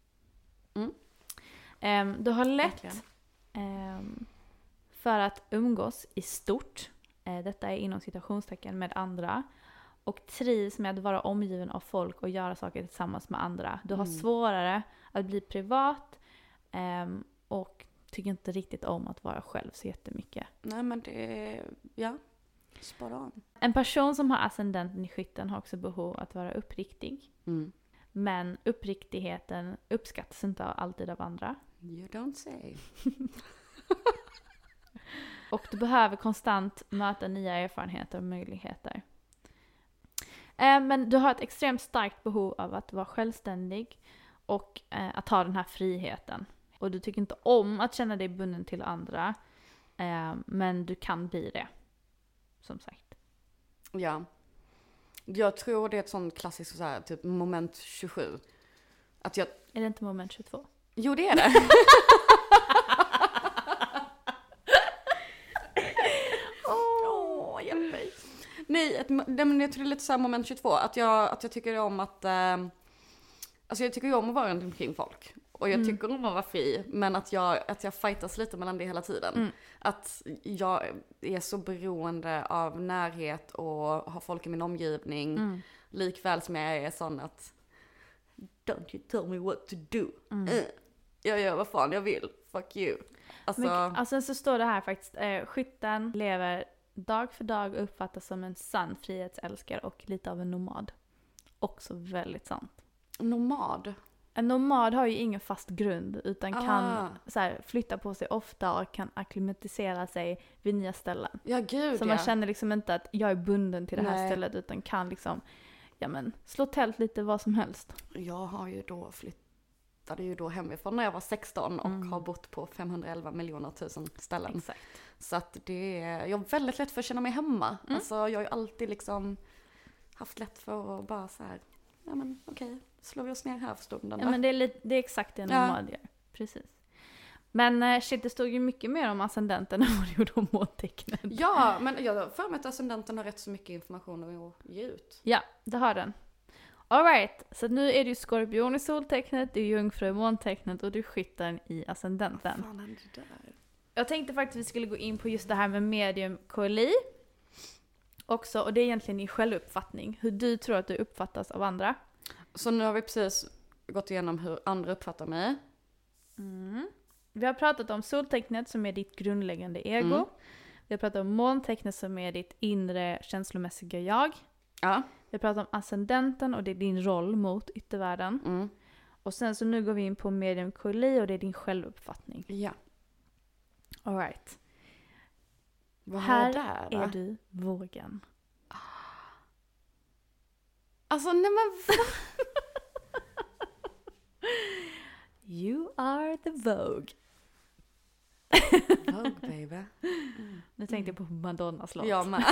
Speaker 8: Ehm, du har lätt
Speaker 5: Verkligen.
Speaker 8: ehm, för att umgås i stort. Eh, detta är inom citationstecken med andra. Och trivs med att vara omgiven av folk och göra saker tillsammans med andra. Du har
Speaker 5: Mm.
Speaker 8: svårare att bli privat ehm, och tycker inte riktigt om att vara själv så jättemycket.
Speaker 5: Nej men det är, ja, spot on.
Speaker 8: En person som har ascendenten i skytten har också behov att vara uppriktig.
Speaker 5: Mm.
Speaker 8: Men uppriktigheten uppskattas inte alltid av andra.
Speaker 5: You don't say.
Speaker 8: Och du behöver konstant möta nya erfarenheter och möjligheter. Eh, Men du har ett extremt starkt behov av att vara självständig och eh, att ha den här friheten. Och du tycker inte om att känna dig bunden till andra. Eh, men du kan bli det. Som sagt.
Speaker 5: Ja. Jag tror det är ett sånt klassiskt så här, typ moment tjugosju. Att jag,
Speaker 8: Är det inte moment tjugotvå?
Speaker 5: jo det är det. Åh, hjälp mig. Nej, ett, jag tror det är lite så här moment tjugotvå, att jag, att jag tycker om att, eh, alltså jag tycker om att vara omkring folk. Och jag mm. tycker om att vara fri, men att jag, att jag fightas lite mellan det hela tiden. Mm. Att jag är så beroende av närhet och har folk i min omgivning. Mm. Likväl som jag är sån att, don't you tell me what to do. Mm. Uh, jag gör vad fan jag vill, fuck you. Alltså,
Speaker 8: men, alltså så står det här faktiskt, eh, skytten lever dag för dag och uppfattas som en sann frihetsälskare och lite av en nomad. Också väldigt sant.
Speaker 5: Nomad?
Speaker 8: En nomad har ju ingen fast grund utan ah. kan så här, flytta på sig ofta och kan akklimatisera sig vid nya ställen.
Speaker 5: Ja, gud,
Speaker 8: så
Speaker 5: ja.
Speaker 8: man känner liksom inte att jag är bunden till det här
Speaker 5: Nej.
Speaker 8: stället utan kan liksom, ja men, slå tält lite vad som helst.
Speaker 5: Jag har ju då flyttade ju då hemifrån när jag var sexton och mm. har bott på femhundraelva miljoner tusen ställen.
Speaker 8: Exakt.
Speaker 5: Så att det är, jag har väldigt lätt för att känna mig hemma. Mm. Alltså jag har ju alltid liksom haft lätt för att bara så här, ja men okej, okay, slår vi oss ner här för stunden.
Speaker 8: Ja men det är, lite, det är exakt det en nomad gör, precis. Men shit, det stod ju mycket mer om ascendenten än vad det gjorde om måntecknet.
Speaker 5: Ja, men jag har för mig att ascendenten har rätt så mycket information att ge ut.
Speaker 8: Ja, det har den. All right, så nu är det ju skorpion i soltecknet, det är jungfru i måntecknet och du är skytten i ascendenten.
Speaker 5: Vad fan är det där?
Speaker 8: Jag tänkte faktiskt att vi skulle gå in på just det här med medium K L I också, och det är egentligen din självuppfattning, hur du tror att du uppfattas av andra.
Speaker 5: Så nu har vi precis gått igenom hur andra uppfattar mig.
Speaker 8: Mm. Vi har pratat om soltecknet som är ditt grundläggande ego. Mm. Vi har pratat om måntecknet som är ditt inre känslomässiga jag.
Speaker 5: Ja.
Speaker 8: Vi har pratat om ascendenten och det är din roll mot yttervärlden. Mm. Och sen så nu går vi in på medium K L I och det är din självuppfattning.
Speaker 5: Ja.
Speaker 8: All right.
Speaker 5: Vad
Speaker 8: här
Speaker 5: där, va?
Speaker 8: är du vågen.
Speaker 5: Alltså nej men
Speaker 8: You are the Vogue.
Speaker 5: Vogue baby. Mm.
Speaker 8: Nu tänkte jag på Madonnas låt.
Speaker 5: Jag med.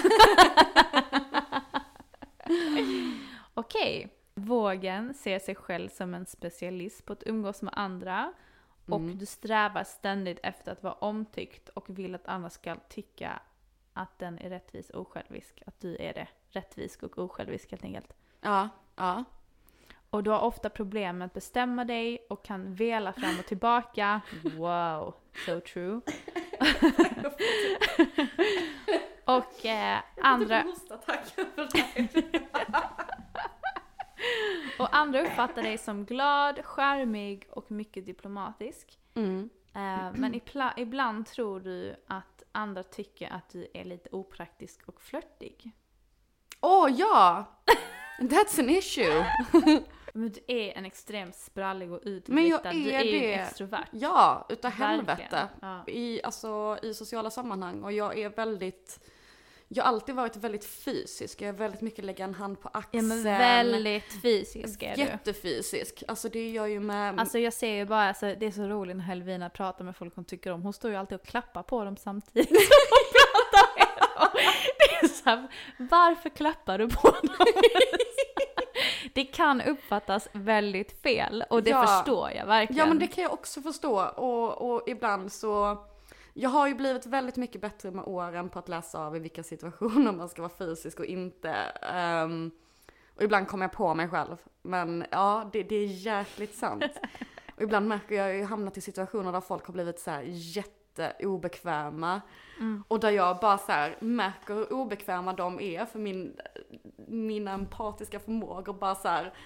Speaker 8: Okej. Okay. Vågen ser sig själv som en specialist på att umgås med andra. Och mm. du strävar ständigt efter att vara omtyckt och vill att andra ska tycka att den är rättvis och osjälvisk. Att du är det. Rättvis och osjälvisk helt enkelt.
Speaker 5: Ja, ja.
Speaker 8: Och du har ofta problem med att bestämma dig och kan vela fram och tillbaka. Wow, so true. och eh, andra... och andra uppfattar dig som glad, charmig och mycket diplomatisk. Mm. Eh, men ipla- ibland tror du att andra tycker att du är lite opraktisk och flörtig.
Speaker 5: Åh, oh, ja! That's an issue.
Speaker 8: Men du är en extremt sprallig och utåtriktad.
Speaker 5: Men jag är
Speaker 8: du är
Speaker 5: det.
Speaker 8: ju extrovert.
Speaker 5: Ja, utav helvete.
Speaker 8: Ja.
Speaker 5: I, alltså, I sociala sammanhang. Och jag är väldigt... Jag har alltid varit väldigt fysisk. Jag är väldigt mycket lägga en hand på axeln.
Speaker 8: Ja, men väldigt fysisk är du.
Speaker 5: Jättefysisk. Alltså det gör ju med...
Speaker 8: Alltså jag ser ju bara, alltså, det är så roligt när Helvina pratar med folk hon tycker om. Hon står ju alltid och klappar på dem samtidigt som hon pratar med dem. Det är så här, varför klappar du på dem? Det kan uppfattas väldigt fel. Och det ja. förstår jag verkligen.
Speaker 5: Ja, men det kan jag också förstå. Och, och ibland så... Jag har ju blivit väldigt mycket bättre med åren på att läsa av i vilka situationer man ska vara fysisk och inte. Um, och ibland kommer jag på mig själv. Men ja, det, det är jäkligt sant. Och ibland märker jag, jag har hamnat i situationer där folk har blivit så här jätteobekväma. Mm. Och där jag bara så här märker hur obekväma de är för min, mina empatiska förmågor. Bara så här...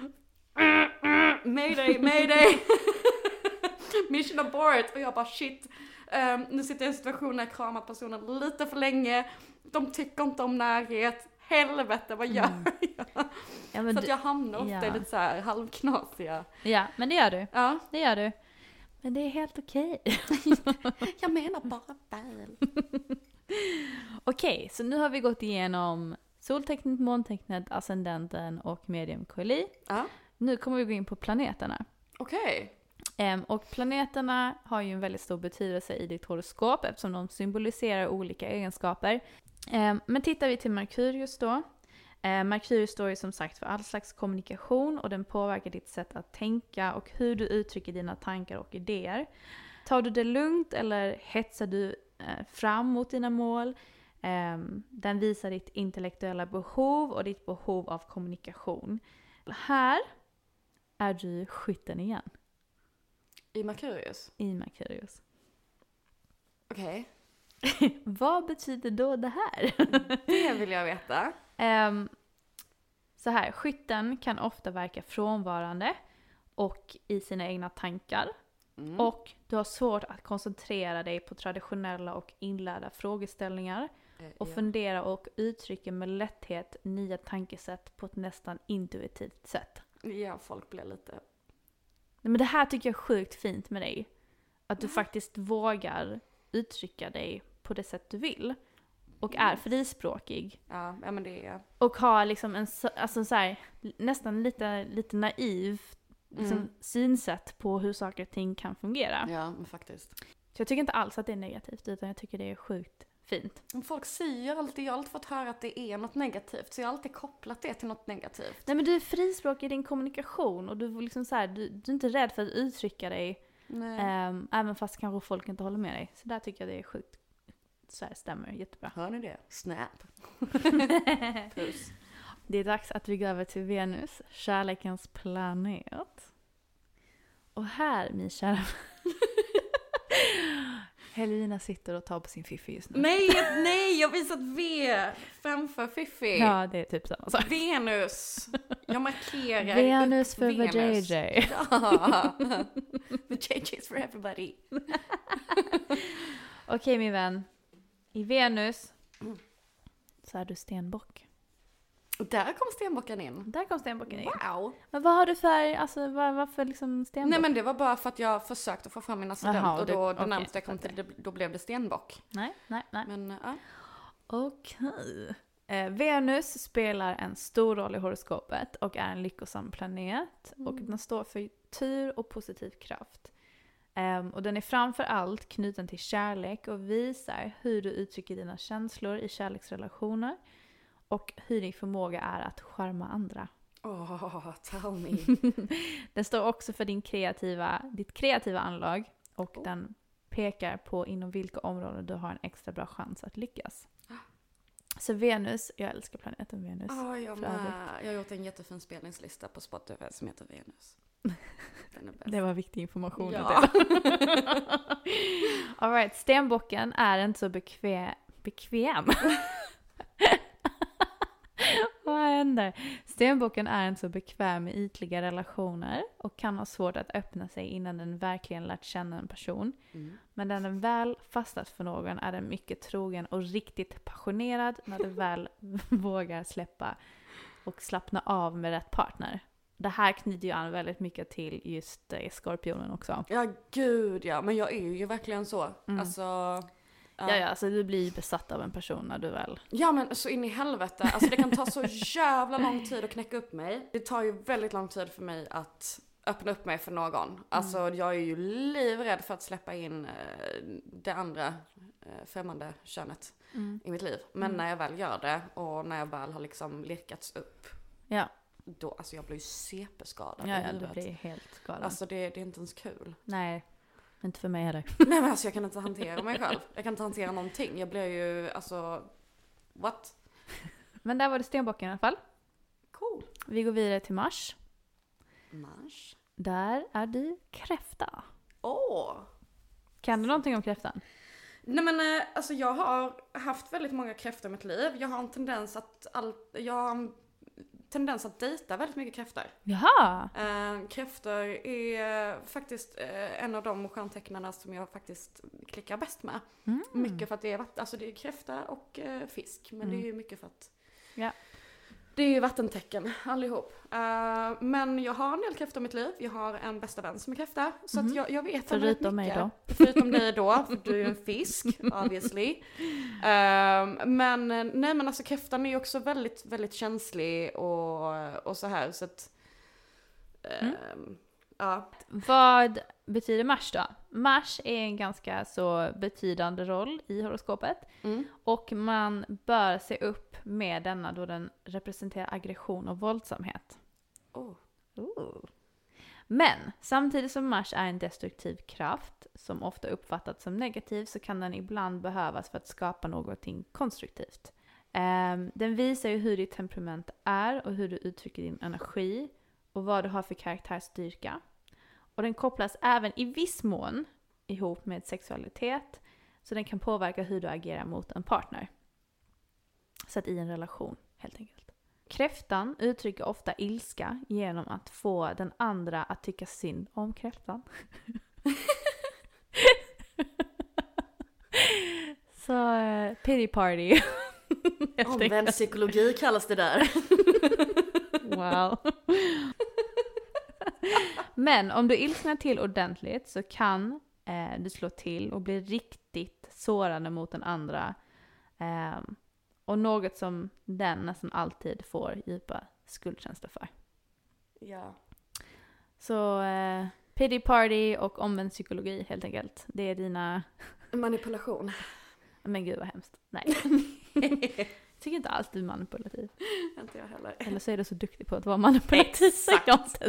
Speaker 5: Mayday, mayday! Mission abort! Och jag bara shit... Um, nu sitter jag i en situation när jag kramar personen lite för länge. De tycker inte om närhet. Helvete, vad gör mm. jag? Ja, så du, att jag hamnar ofta ja. i lite så här halvknasiga.
Speaker 8: Ja, men det gör du.
Speaker 5: Ja.
Speaker 8: Det gör du. Men det är helt okej.
Speaker 5: Jag menar bara väl.
Speaker 8: Okej, så nu har vi gått igenom soltecknet, måntecknet, ascendenten och medium K L I. Ja. Nu kommer vi gå in på planeterna.
Speaker 5: Okej.
Speaker 8: Um, och planeterna har ju en väldigt stor betydelse i ditt horoskop eftersom de symboliserar olika egenskaper. Um, men tittar vi till Merkurius då. Uh, Merkurius står ju som sagt för all slags kommunikation och den påverkar ditt sätt att tänka och hur du uttrycker dina tankar och idéer. Tar du det lugnt eller hetsar du uh, fram mot dina mål? Um, den visar ditt intellektuella behov och ditt behov av kommunikation. Här är du skytten igen.
Speaker 5: I Merkurius?
Speaker 8: I Merkurius.
Speaker 5: Okej.
Speaker 8: Okay. Vad betyder då det här?
Speaker 5: Det vill jag veta.
Speaker 8: Um, så här, skytten kan ofta verka frånvarande och i sina egna tankar. Mm. Och du har svårt att koncentrera dig på traditionella och inlärda frågeställningar. Och ja. fundera och uttrycka med lätthet nya tankesätt på ett nästan intuitivt sätt.
Speaker 5: Ja, folk blir lite...
Speaker 8: Men det här tycker jag är sjukt fint med dig. Att du mm. faktiskt vågar uttrycka dig på det sätt du vill. Och är frispråkig.
Speaker 5: Ja, ja men det är...
Speaker 8: Och har liksom en alltså så här, nästan lite, lite naiv liksom, mm. synsätt på hur saker och ting kan fungera.
Speaker 5: Ja, men faktiskt.
Speaker 8: Så jag tycker inte alls att det är negativt, utan jag tycker det är sjukt fint.
Speaker 5: Folk säger alltid, jag har alltid fått höra att det är något negativt, så jag har alltid kopplat det till något negativt.
Speaker 8: Nej, men du är frispråkig i din kommunikation och du, liksom så här, du, du är inte rädd för att uttrycka dig. Um, även fast kanske folk inte håller med dig. Så där tycker jag det är sjukt. Så här stämmer jättebra.
Speaker 5: Hör ni det? Snap. Puss.
Speaker 8: Det är dags att vi går över till Venus, kärlekens planet. Och här, min kära... Helena sitter och tar på sin fiffi just nu.
Speaker 5: Nej, nej, jag har visat V framför fiffi.
Speaker 8: Ja, det är typ samma sak.
Speaker 5: Venus. Jag markerar
Speaker 8: Venus för Venus. J J.
Speaker 5: Ja. The J J is for everybody.
Speaker 8: Okej, okay, min vän. I Venus så är du stenbock.
Speaker 5: Och där kom stenbocken in.
Speaker 8: Där kom stenbocken in.
Speaker 5: Wow.
Speaker 8: Men vad har du för, alltså vad, varför liksom stenbock?
Speaker 5: Nej, men det var bara för att jag försökte få fram min ascendent. Aha, och, och då, det okay, närmast jag kom till det, då blev det stenbock.
Speaker 8: Nej, nej, nej.
Speaker 5: Men, ja.
Speaker 8: Okej. Okay. Eh, Venus spelar en stor roll i horoskopet och är en lyckosam planet. Mm. Och den står för tur och positiv kraft. Um, och den är framför allt knuten till kärlek och visar hur du uttrycker dina känslor i kärleksrelationer. Och hur din förmåga är att charma andra.
Speaker 5: Åh, oh, tell me.
Speaker 8: Den står också för din kreativa, ditt kreativa anlag. Och oh. den pekar på inom vilka områden du har en extra bra chans att lyckas. Så Venus, jag älskar planeten Venus.
Speaker 5: Oh, jag, med. jag har gjort en jättefin spelningslista på Spotify som heter Venus. Den är bäst.
Speaker 8: Det var viktig information.
Speaker 5: Ja.
Speaker 8: All right, stenbocken är inte så bekväm. bekväm. Vad händer? Stenbocken är inte så bekväm med ytliga relationer och kan ha svårt att öppna sig innan den verkligen lärt känna en person. Mm. Men när den väl fastnat för någon är den mycket trogen och riktigt passionerad när du väl vågar släppa och slappna av med rätt partner. Det här knyter ju an väldigt mycket till just eh, skorpionen också.
Speaker 5: Ja, gud ja. Men jag är ju verkligen så. Mm. Alltså...
Speaker 8: Ja, ja, alltså du blir besatt av en person när du väl...
Speaker 5: Ja, men så in i helvete. Alltså det kan ta så jävla lång tid att knäcka upp mig. Det tar ju väldigt lång tid för mig att öppna upp mig för någon. Mm. Alltså jag är ju livrädd för att släppa in eh, det andra eh, främmande könet mm. i mitt liv. Men mm. när jag väl gör det och när jag väl har liksom lekats upp.
Speaker 8: Ja.
Speaker 5: Då, alltså jag blir ju C P-skadad.
Speaker 8: Ja, ja, du blir helt galen.
Speaker 5: Alltså det, det är inte ens kul.
Speaker 8: Nej. Inte för mig heller.
Speaker 5: Nej, men alltså jag kan inte hantera mig själv. Jag kan inte hantera någonting. Jag blir ju, alltså, what?
Speaker 8: Men där var det stenbocken i alla fall.
Speaker 5: Cool.
Speaker 8: Vi går vidare till Mars.
Speaker 5: Mars?
Speaker 8: Där är du kräfta.
Speaker 5: Åh! Oh.
Speaker 8: Kan du någonting om kräftan?
Speaker 5: Nej, men alltså jag har haft väldigt många kräftor i mitt liv. Jag har en tendens att, all, jag har en tendens att dejta väldigt mycket kräftor.
Speaker 8: Jaha!
Speaker 5: Äh, kräftor är faktiskt äh, en av de stjärntecknarna som jag faktiskt klickar bäst med. Mm. Mycket för att det är, alltså det är kräfta och äh, fisk. Men mm. det är ju mycket för att
Speaker 8: ja.
Speaker 5: det är ju vattentecken allihop. Uh, men jag har en del kräftor i mitt liv. Jag har en bästa vän som är kräfta. Så mm. att jag, jag vet väldigt mycket.
Speaker 8: Förutom mig då.
Speaker 5: Förutom dig då, för du är ju en fisk, obviously. Uh, men nej, men alltså kräftan är ju också väldigt, väldigt känslig och, och så här. Så att, uh, mm. ja.
Speaker 8: Vad betyder Mars då? Mars är en ganska så betydande roll i horoskopet. Mm. Och man bör se upp med denna då den representerar aggression och våldsamhet.
Speaker 5: Oh.
Speaker 8: Oh. Men samtidigt som Mars är en destruktiv kraft som ofta uppfattats som negativ, så kan den ibland behövas för att skapa någonting konstruktivt. Um, den visar ju hur ditt temperament är och hur du uttrycker din energi och vad du har för karaktärsstyrka. Och den kopplas även i viss mån ihop med sexualitet, så den kan påverka hur du agerar mot en partner. Så att i en relation helt enkelt. Kräftan uttrycker ofta ilska genom att få den andra att tycka synd om kräftan. Så uh, pity party.
Speaker 5: Omvänd psykologi kallas det där.
Speaker 8: Wow. Men om du ilsknar till ordentligt så kan eh, du slå till och bli riktigt sårande mot den andra. Eh, och något som den nästan alltid får djupa skuldkänslor för.
Speaker 5: Ja.
Speaker 8: Så eh, pity party och omvänd psykologi helt enkelt. Det är dina...
Speaker 5: Manipulation.
Speaker 8: Men gud vad hemskt. Nej. Jag tycker inte alls du är manipulativ.
Speaker 5: Inte jag heller.
Speaker 8: Eller så är du så duktig på att vara manipulativ.
Speaker 5: Exakt.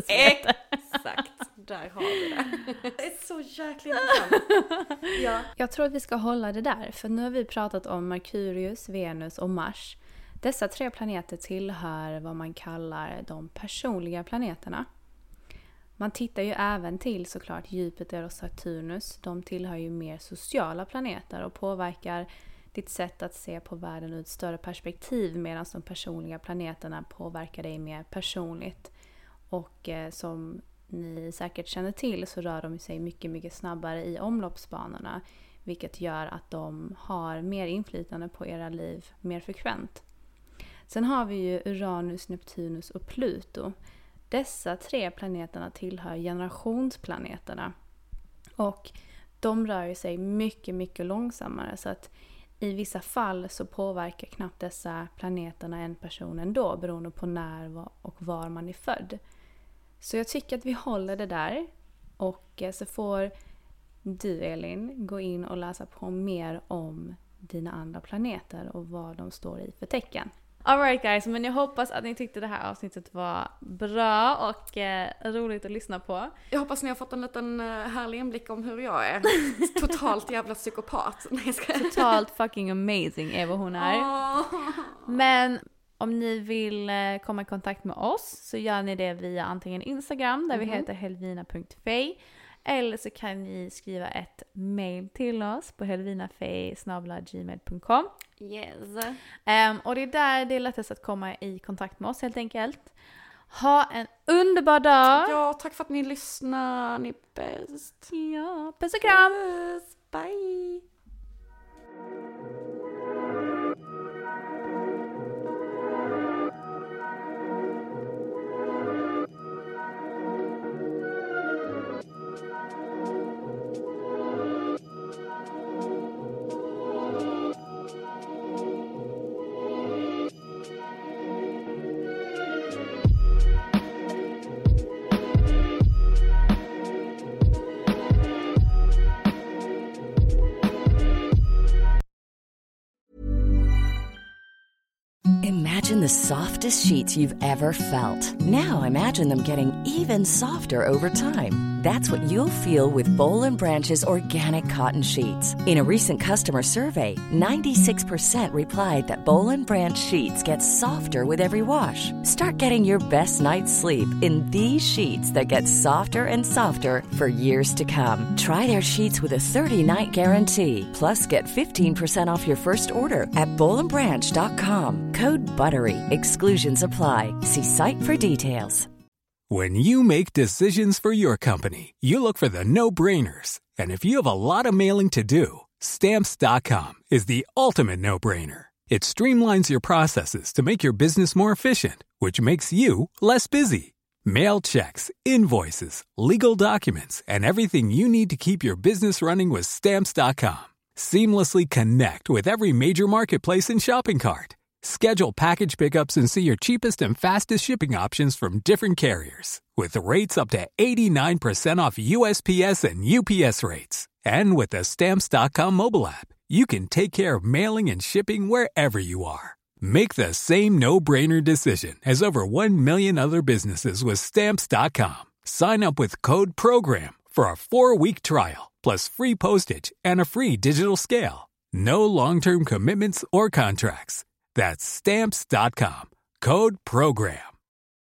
Speaker 5: Exakt. Där har vi det. Det är så jäkla intressant. Ja.
Speaker 8: Jag tror att vi ska hålla det där. För nu har vi pratat om Merkurius, Venus och Mars. Dessa tre planeter tillhör vad man kallar de personliga planeterna. Man tittar ju även till såklart Jupiter och Saturnus. De tillhör ju mer sociala planeter och påverkar ditt sätt att se på världen ur ett större perspektiv, medan de personliga planeterna påverkar dig mer personligt. Och eh, som ni säkert känner till så rör de sig mycket, mycket snabbare i omloppsbanorna, vilket gör att de har mer inflytande på era liv mer frekvent. Sen har vi ju Uranus, Neptunus och Pluto. Dessa tre planeterna tillhör generationsplaneterna och de rör sig mycket, mycket långsammare, så att i vissa fall så påverkar knappt dessa planeterna en person ändå, beroende på när och var man är född. Så jag tycker att vi håller det där, och så får du, Elin, gå in och läsa på mer om dina andra planeter och vad de står i för tecken. Alright guys, men jag hoppas att ni tyckte det här avsnittet var bra och eh, roligt att lyssna på.
Speaker 5: Jag hoppas ni har fått en liten eh, härlig inblick om hur jag är. Totalt jävla psykopat. Nej, ska...
Speaker 8: Totalt fucking amazing är vad hon är. Oh. Men om ni vill eh, komma i kontakt med oss så gör ni det via antingen Instagram där mm-hmm. vi heter helvina punkt fej, eller så kan ni skriva ett mail till oss på helvinafej snabel-a gmail punkt com.
Speaker 5: Yes.
Speaker 8: Um, och det är där det är lättast att komma i kontakt med oss helt enkelt. Ha en underbar dag.
Speaker 5: Ja, tack för att ni lyssnar. Ni är bäst.
Speaker 8: Ja, puss och kram.
Speaker 5: Puss. Bye.
Speaker 10: Imagine the softest sheets you've ever felt. Now imagine them getting even softer over time. That's what you'll feel with Boll and Branch's organic cotton sheets. In a recent customer survey, ninety-six percent replied that Boll and Branch sheets get softer with every wash. Start getting your best night's sleep in these sheets that get softer and softer for years to come. Try their sheets with a thirty-night guarantee. Plus, get fifteen percent off your first order at boll and branch dot com. Code BUTTERY. Exclusions apply. See site for details.
Speaker 11: When you make decisions for your company, you look for the no-brainers. And if you have a lot of mailing to do, stamps dot com is the ultimate no-brainer. It streamlines your processes to make your business more efficient, which makes you less busy. Mail checks, invoices, legal documents, and everything you need to keep your business running with stamps dot com. Seamlessly connect with every major marketplace and shopping cart. Schedule package pickups and see your cheapest and fastest shipping options from different carriers. With rates up to eighty-nine percent off U S P S and U P S rates. And with the stamps dot com mobile app, you can take care of mailing and shipping wherever you are. Make the same no-brainer decision as over one million other businesses with stamps dot com. Sign up with Code Program for a four-week trial, plus free postage and a free digital scale. No long-term commitments or contracts. That's stamps dot com. Code Program.